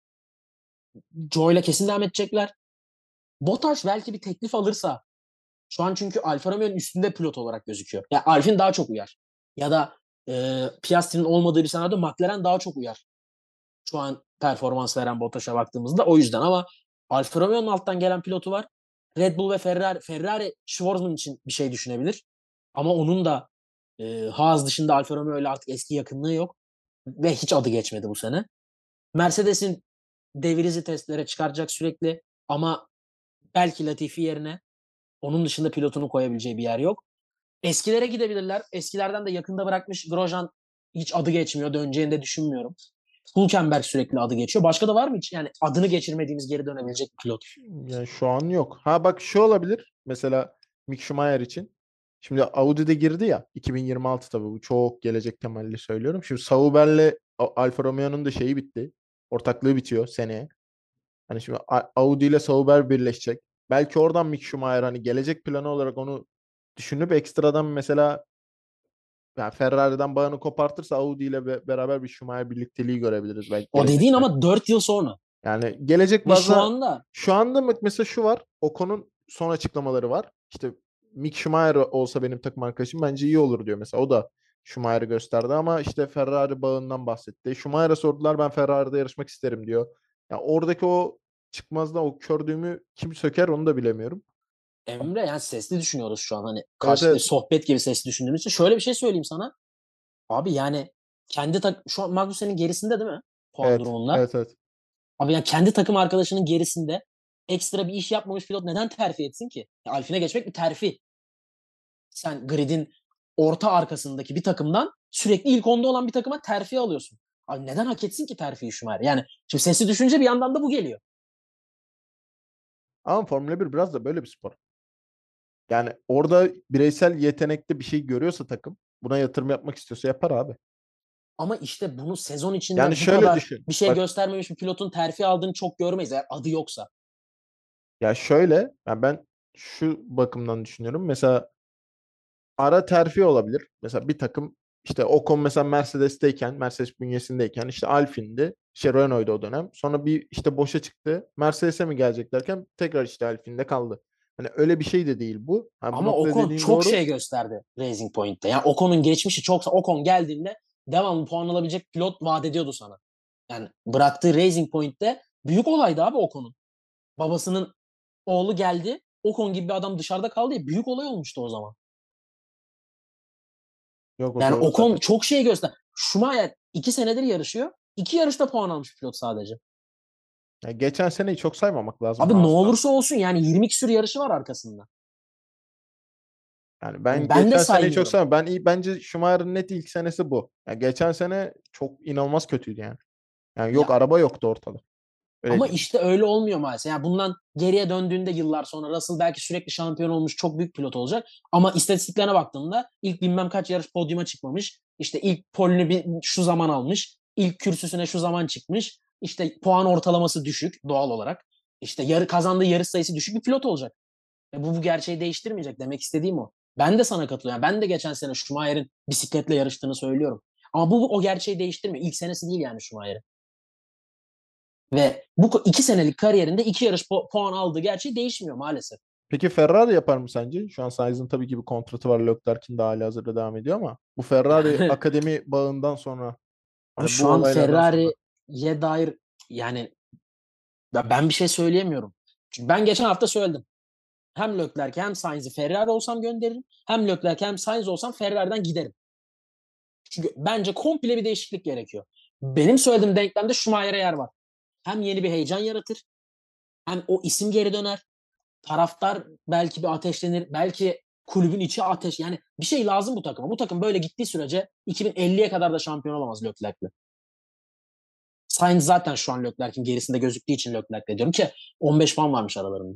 Joe ile kesin devam edecekler. Bottas belki bir teklif alırsa şu an çünkü Alfa Romeo'nun üstünde pilot olarak gözüküyor. Ya yani Alfin daha çok uyar. Ya da Piastri'nin olmadığı bir senaryoda McLaren daha çok uyar. Şu an performans veren Bottas'a baktığımızda o yüzden ama Alfa Romeo'nun alttan gelen pilotu var. Red Bull ve Ferrari Schwarzman için bir şey düşünebilir. Ama onun da Haas dışında Alfa Romeo ile artık eski yakınlığı yok. Ve hiç adı geçmedi bu sene. Mercedes'in devirizi testlere çıkaracak sürekli ama belki Latifi yerine onun dışında pilotunu koyabileceği bir yer yok. Eskilere gidebilirler. Eskilerden de yakında bırakmış Grosjean hiç adı geçmiyor. Döneceğini de düşünmüyorum. Hülkenberg sürekli adı geçiyor. Başka da var mı hiç? Yani adını geçirmediğimiz geri dönebilecek bir pilot. Yani şu an yok. Ha bak, şu olabilir. Mesela Mick Schumacher için. Şimdi Audi'de girdi ya. 2026 tabii, bu çok gelecek temelli söylüyorum. Şimdi Sauber'le Alfa Romeo'nun da şeyi bitti. Ortaklığı bitiyor seneye. Hani şimdi Audi ile Sauber birleşecek. Belki oradan Mick Schumacher hani gelecek planı olarak onu düşünüp ekstradan mesela, yani Ferrari'den bağını kopartırsa Audi ile beraber bir Schumacher birlikteliği görebiliriz belki O dediğin gelecekte. ama 4 yıl sonra. Yani gelecek Ve şu bazda anda şu anda mesela şu var. Ocon'un son açıklamaları var. İşte Mick Schumacher olsa benim takım arkadaşım bence iyi olur diyor mesela. O da Schumacher'ı gösterdi ama işte Ferrari bağından bahsetti. Schumacher'a sordular, ben Ferrari'de yarışmak isterim diyor. Ya oradaki o çıkmazda o kör düğümü kim söker onu da bilemiyorum. Emre yani sesli düşünüyoruz şu an. Hani Evet, karşılıklı evet. sohbet gibi sesli düşündüğümüz için. Şöyle bir şey söyleyeyim sana. Abi yani şu an Magnussen'in gerisinde değil mi? Puan Evet. durumunda. Evet, evet. Abi yani kendi takım arkadaşının gerisinde ekstra bir iş yapmamış pilot neden terfi etsin ki? Ya Alpine geçmek bir terfi. Sen gridin orta arkasındaki bir takımdan sürekli ilk onda olan bir takıma terfi alıyorsun. Abi neden hak etsin ki terfiyi Schumacher? Yani şimdi sesli düşünce bir yandan da bu geliyor. Ama Formula 1 biraz da böyle bir spor. Yani orada bireysel yetenekli bir şey görüyorsa takım, buna yatırım yapmak istiyorsa yapar abi. Ama işte bunu sezon Yani içinde bu şöyle kadar düşün. bir şey Bak göstermemiş bir pilotun terfi aldığını çok görmeyiz eğer adı yoksa. ya şöyle, yani ben şu bakımdan düşünüyorum. Mesela ara terfi olabilir. Mesela bir takım işte Ocon mesela Mercedes'teyken, Mercedes bünyesindeyken işte Alpine'di. İşte Renault'du o dönem. Sonra bir işte boşa çıktı. Mercedes'e mi gelecek derken tekrar işte Alpine'de kaldı. Hani öyle bir şey de değil bu. Ha, bu Ama noktada Ocon dediğin çok doğru. şey gösterdi Racing Point'te. Yani Ocon'un geçmişi çok, Ocon geldiğinde devamlı puan alabilecek pilot vaat ediyordu sana. Yani bıraktığı Racing Point'te büyük olaydı abi Ocon'un. Babasının oğlu geldi. Ocon gibi bir adam dışarıda kaldı ya, büyük olay olmuştu o zaman. Yok, o Yani doğru Ocon zaten. çok şey göster. Schumacher 2 senedir yarışıyor. 2 yarışta puan almış pilot sadece. Yani geçen seneyi çok saymamak lazım Abi ne Haas'ta. olursa olsun yani 20 küsur yarışı var arkasında. Yani ben Yani ben de geçen seneyi çok saymıyorum. saymadım. Bence Schumacher'ın net ilk senesi bu. Yani geçen sene çok inanılmaz kötüydü yani. Yani yok, Ya araba yoktu ortada. Öyle ama diyeyim. işte öyle olmuyor maalesef. Yani bundan geriye döndüğünde yıllar sonra Russell belki sürekli şampiyon olmuş çok büyük pilot olacak. Ama istatistiklerine baktığında ilk bilmem kaç yarış podyuma çıkmamış. İşte ilk polünü şu zaman almış. İlk kürsüsüne şu zaman çıkmış. İşte puan ortalaması düşük doğal olarak. İşte kazandığı yarış sayısı düşük bir pilot olacak. Bu gerçeği değiştirmeyecek demek istediğim o. Ben de sana katılıyorum. Ben de geçen sene Schumacher'in bisikletle yarıştığını söylüyorum. Ama bu o gerçeği değiştirmiyor. İlk senesi değil yani Schumacher'in. Ve bu 2 senelik kariyerinde 2 yarış puan aldığı gerçeği değişmiyor maalesef. Peki Ferrari yapar mı sence? Şu an Sainz'ın tabii ki bir kontratı var. Leclerc'in de halihazırda devam ediyor ama bu Ferrari Yani akademi bağından sonra, ama hani şu bu an olaylardan sonra. Ferrari'ye dair yani ben bir şey söyleyemiyorum. Çünkü ben geçen hafta söyledim. Hem Leclerc hem Sainz'i Ferrari olsam gönderirim. Hem Leclerc hem Sainz olsam Ferrari'den giderim. Çünkü bence komple bir değişiklik gerekiyor. Benim söylediğim denklemde Schumacher'e yer var. Hem yeni bir heyecan yaratır, hem o isim geri döner. Taraftar belki bir ateşlenir, belki kulübün içi ateş. Yani bir şey lazım bu takıma. Bu takım böyle gittiği sürece 2050'ye kadar da şampiyon olamaz Leclerc'le. Sainz zaten şu an Leclerc'in gerisinde gözüktüğü için Leclerc'le diyorum ki 15 puan varmış aralarında.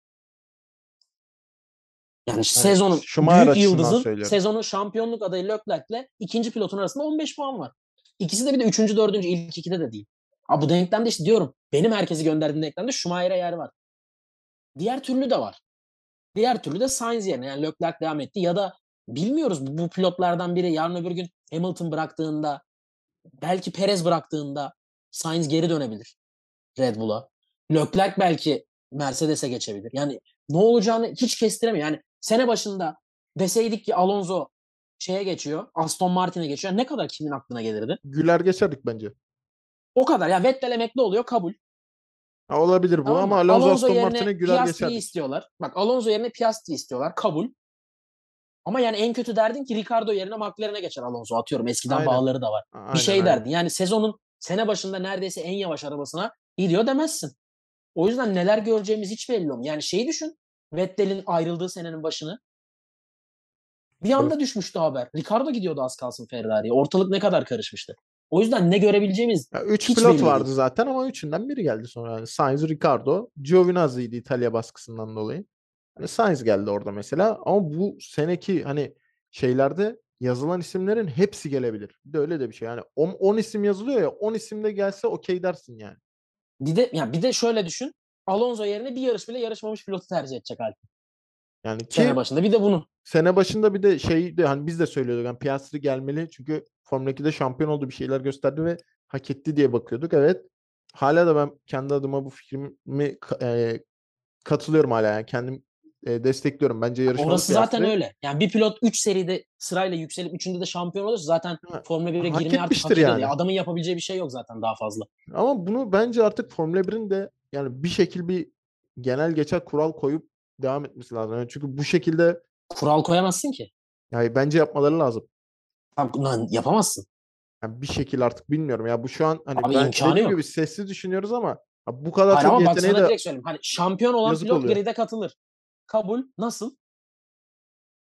Yani Hani sezonun Schumacher büyük açısından yıldızın söylüyorum. sezonun şampiyonluk adayı Leclerc'le ikinci pilotun arasında 15 puan var. İkisi de bir de üçüncü, dördüncü, ilk ikide de değil. Abi bu denklemde işte diyorum benim herkesi gönderdiğim denklemde Schumacher'e yer var. Diğer türlü de var. Diğer türlü de Sainz yerine yani Leclerc devam etti ya da bilmiyoruz bu pilotlardan biri yarın öbür gün Hamilton bıraktığında belki Perez bıraktığında Sainz geri dönebilir Red Bull'a. Leclerc belki Mercedes'e geçebilir. Yani ne olacağını hiç kestiremiyor. Yani sene başında deseydik ki Alonso şeye geçiyor, Aston Martin'e geçiyor. Ne kadar kimin aklına gelirdi? Güler geçerdik bence. O kadar. Ya Vettel emekli oluyor kabul. Ha, olabilir bu Tamam ama mı? Alonso Alonso Aston yerine Martin'e Güler Piastri'yi geçerdik. istiyorlar. Bak Alonso yerine Piastri istiyorlar. Kabul. Ama yani en kötü derdin ki Ricardo yerine McLaren'e geçer Alonso. Atıyorum eskiden Aynen. bağları da var. Bir Aynen şey aynen. derdin. Yani sezonun sene başında neredeyse en yavaş arabasına gidiyor demezsin. O yüzden neler göreceğimiz hiç belli olmuyor. Yani şeyi düşün. Vettel'in ayrıldığı senenin başını. Bir Tabii. anda düşmüştü haber. Ricardo gidiyordu az kalsın Ferrari'ye. Ortalık ne kadar karışmıştı. O yüzden ne görebileceğimiz Ya, üç hiç pilot belli değil. vardı zaten ama üçünden biri geldi sonra. Yani Sainz, Ricardo, Giovinazzi'ydi İtalya baskısından dolayı. Hani Sainz geldi orada mesela ama bu seneki hani şeylerde yazılan isimlerin hepsi gelebilir. Bir de öyle de bir şey. Yani 10 isim yazılıyor ya, 10 isim de gelse okey dersin yani. Bir de şöyle düşün. Alonso yerine bir yarış bile yarışmamış pilotu tercih edecek Alpine. Yani Sene ki başında. Bir de bunu. sene başında bir de şey de hani biz de söylüyorduk yani Piastri gelmeli çünkü Formula 2'de şampiyon oldu, bir şeyler gösterdi ve hak etti diye bakıyorduk. Evet. Hala da ben kendi adıma bu fikrimi katılıyorum hala yani kendim destekliyorum. Bence yarışmalı Orası zaten Piastri. öyle. Yani bir pilot 3 seride sırayla yükselip üçünde de şampiyon olursa zaten Ha, Formula 1'e hak girmeyi artık etmiştir hak ediyordu. Ya yani. adamın yapabileceği bir şey yok zaten daha fazla. Ama bunu bence artık Formula 1'in de yani bir şekil bir genel geçer kural koyup devam etmesi lazım. Yani çünkü bu şekilde Kural koyamazsın ki. yani bence yapmaları lazım. Lan yapamazsın. Yani bir şekil artık bilmiyorum. Ya bu şu an hani Abi ben imkanı dediğim gibi yok. sessiz düşünüyoruz ama ya bu kadar Hayır çok ama bak yeteneği sana de direkt söyleyeyim. Hani şampiyon olan yazık pilot oluyor. grid'e katılır. Kabul. Nasıl?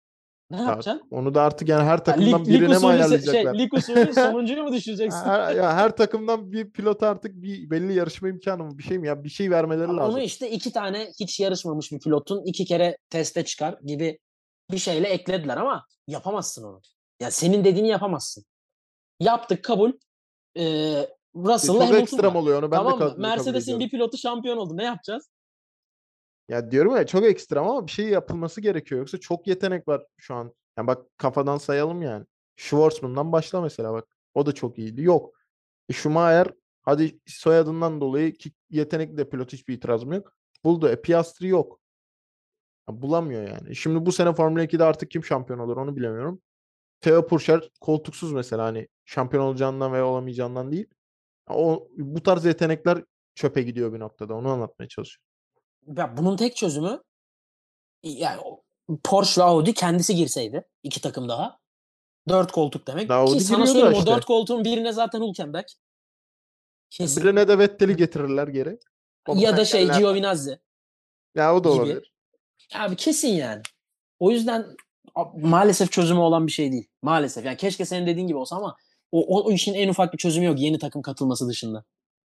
Ne Ya yapacaksın? onu da artık yani her Ha, takımdan lig birine mi usulü ayarlayacaklar? lig usulü sonuncuyu mu düşüreceksin? Her takımdan bir pilot artık bir belli yarışma imkanı mı bir şey mi ya bir şey vermeleri Onu lazım. işte 2 tane hiç yarışmamış bir pilotun 2 kere teste çıkar gibi bir şeyle eklediler ama yapamazsın onu. Ya senin dediğini yapamazsın. Yaptık kabul. Russell'la Çok Hamilton ekstrem var. oluyor onu ben de Tamam mı? kabul Mercedes'in bir ediyorum. pilotu şampiyon oldu. Ne yapacağız? Ya diyorum ya çok ekstrem ama bir şey yapılması gerekiyor. Yoksa çok yetenek var şu an. Yani bak kafadan sayalım yani. Schwarzman'dan başla mesela bak. O da çok iyiydi. Yok. Schumacher hadi soyadından dolayı ki yetenekli de pilot hiçbir itirazım yok. Buldu. Piastri yok. Ya bulamıyor yani. Şimdi bu sene Formula 2'de artık kim şampiyon olur onu bilemiyorum. Theo Pourchaire koltuksuz mesela hani şampiyon olacağından veya olamayacağından değil. O bu tarz yetenekler çöpe gidiyor bir noktada. Onu anlatmaya çalışıyorum. Ya bunun tek çözümü yani Porsche ve Audi kendisi girseydi. 2 takım daha. 4 koltuk demek. Ki Audi sana giriyor da söyleyeyim o işte. 4 koltuğun birine zaten Hülkenberg. Kesin. Birine de Vettel'i getirirler geri. O Ya da mankenlerden. Giovinazzi Ya o da gibi. olabilir. Abi kesin yani. O yüzden maalesef çözümü olan bir şey değil. Maalesef. Yani keşke senin dediğin gibi olsa ama o işin en ufak bir çözümü yok. Yeni takım katılması dışında.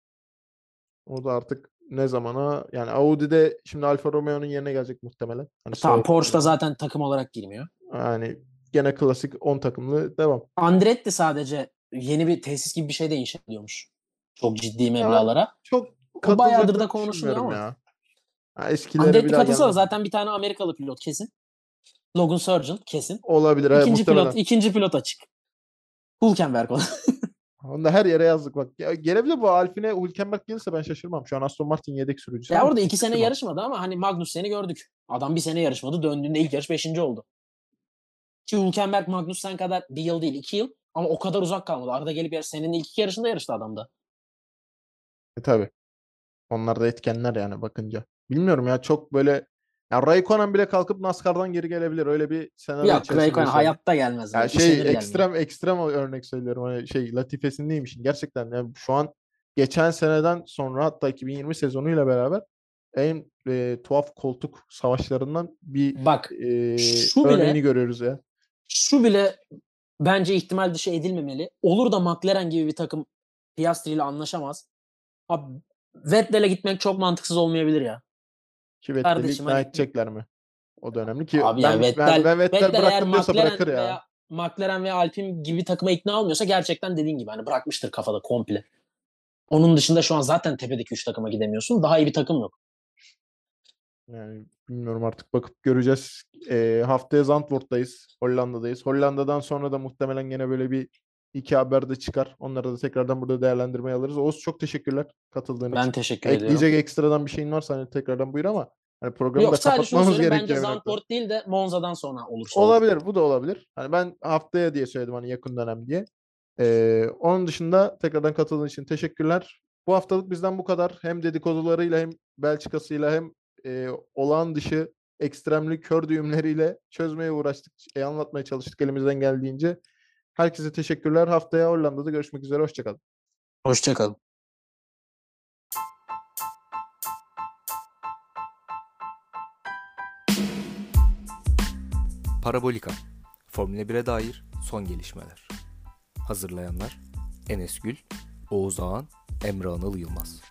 O da artık ne zamana yani Audi'de şimdi Alfa Romeo'nun yerine gelecek muhtemelen. Hani Tamam soyadı Porsche'da üzerinden. zaten takım olarak girmiyor. Yani gene klasik 10 takımlı devam. Andretti sadece yeni bir tesis gibi bir şey de inşa ediyormuş. Çok ciddi Ya meblağlara. çok O bayağıdır da katılacaklarını konuşuluyor düşünmüyorum ama. ya. Ha, eskileri bir Andretti daha katılsa da gelmez. zaten bir tane Amerikalı pilot kesin. Logan Sargent kesin. Olabilir muhtemelen. İkinci pilot açık. Hülkenberg o. Onu da her yere yazdık bak. Ya, gelebilir bu Alpine Hülkenberg gelirse ben şaşırmam. Şu an Aston Martin yedek sürücüsü Ya ama orada hiç 2 sene şaşırmam. yarışmadı ama hani Magnussen'i gördük. Adam bir sene yarışmadı. Döndüğünde ilk yarış 5. oldu. Ki Hülkenberg Magnussen kadar bir yıl değil 2 yıl. Ama o kadar uzak kalmadı. Arada gelip senin ilk 2 yarışında yarıştı adam da. Tabii. Onlar da etkenler yani bakınca. Bilmiyorum ya çok böyle ya Raikkonen bile kalkıp NASCAR'dan geri gelebilir. Öyle bir senaryo Yok içerisinde Raikkonen yaşayalım. hayatta gelmez. Ya Üşenir gelmeye. ekstrem örnek söylüyorum. Hani latifesindeymiş. Gerçekten yani şu an geçen seneden sonra hatta 2020 sezonuyla beraber en tuhaf koltuk savaşlarından bir Bak şu örneğini bile görüyoruz ya. şu bile bence ihtimal dışı edilmemeli. Olur da McLaren gibi bir takım Piastri ile anlaşamaz. Abi, Vettel'e gitmek çok mantıksız olmayabilir ya. Ki Vettel'i Kardeşim ikna hani edecekler mi? O da önemli ki abi yani ben Vettel Vettel eğer bıraktım diyorsa bırakır ya. McLaren veya Alpine gibi takıma ikna olmuyorsa gerçekten dediğin gibi hani bırakmıştır kafada komple. Onun dışında şu an zaten tepedeki 3 takıma gidemiyorsun. Daha iyi bir takım yok. Yani bilmiyorum artık bakıp göreceğiz. Haftaya Zandvoort'tayız. Hollanda'dayız. Hollanda'dan sonra da muhtemelen gene böyle bir iki haber de çıkar. Onları da tekrardan burada değerlendirmeye alırız. Oğuz çok teşekkürler katıldığın Ben için. teşekkür ediyorum. Ekleyecek ekstradan bir şeyin varsa hani tekrardan buyur ama hani programı Yok da sadece şunu kapatmamız söyleyeyim. Bence gerekiyor bir noktada. Zandvoort değil de Monza'dan sonra olursa olur. Olabilir. Bu da olabilir. Hani ben haftaya diye söyledim hani yakın dönem diye. Onun dışında tekrardan katıldığın için teşekkürler. Bu haftalık bizden bu kadar. Hem dedikodularıyla hem Belçika'sıyla hem olağan dışı ekstremli kör düğümleriyle çözmeye uğraştık. Anlatmaya çalıştık elimizden geldiğince. Herkese teşekkürler. Haftaya Hollanda'da görüşmek üzere. Hoşçakalın. Hoşçakalın. Parabolika, Formula 1'e dair son gelişmeler. Hazırlayanlar Enes Gül, Oğuz Ağan, Emre Anıl Yılmaz.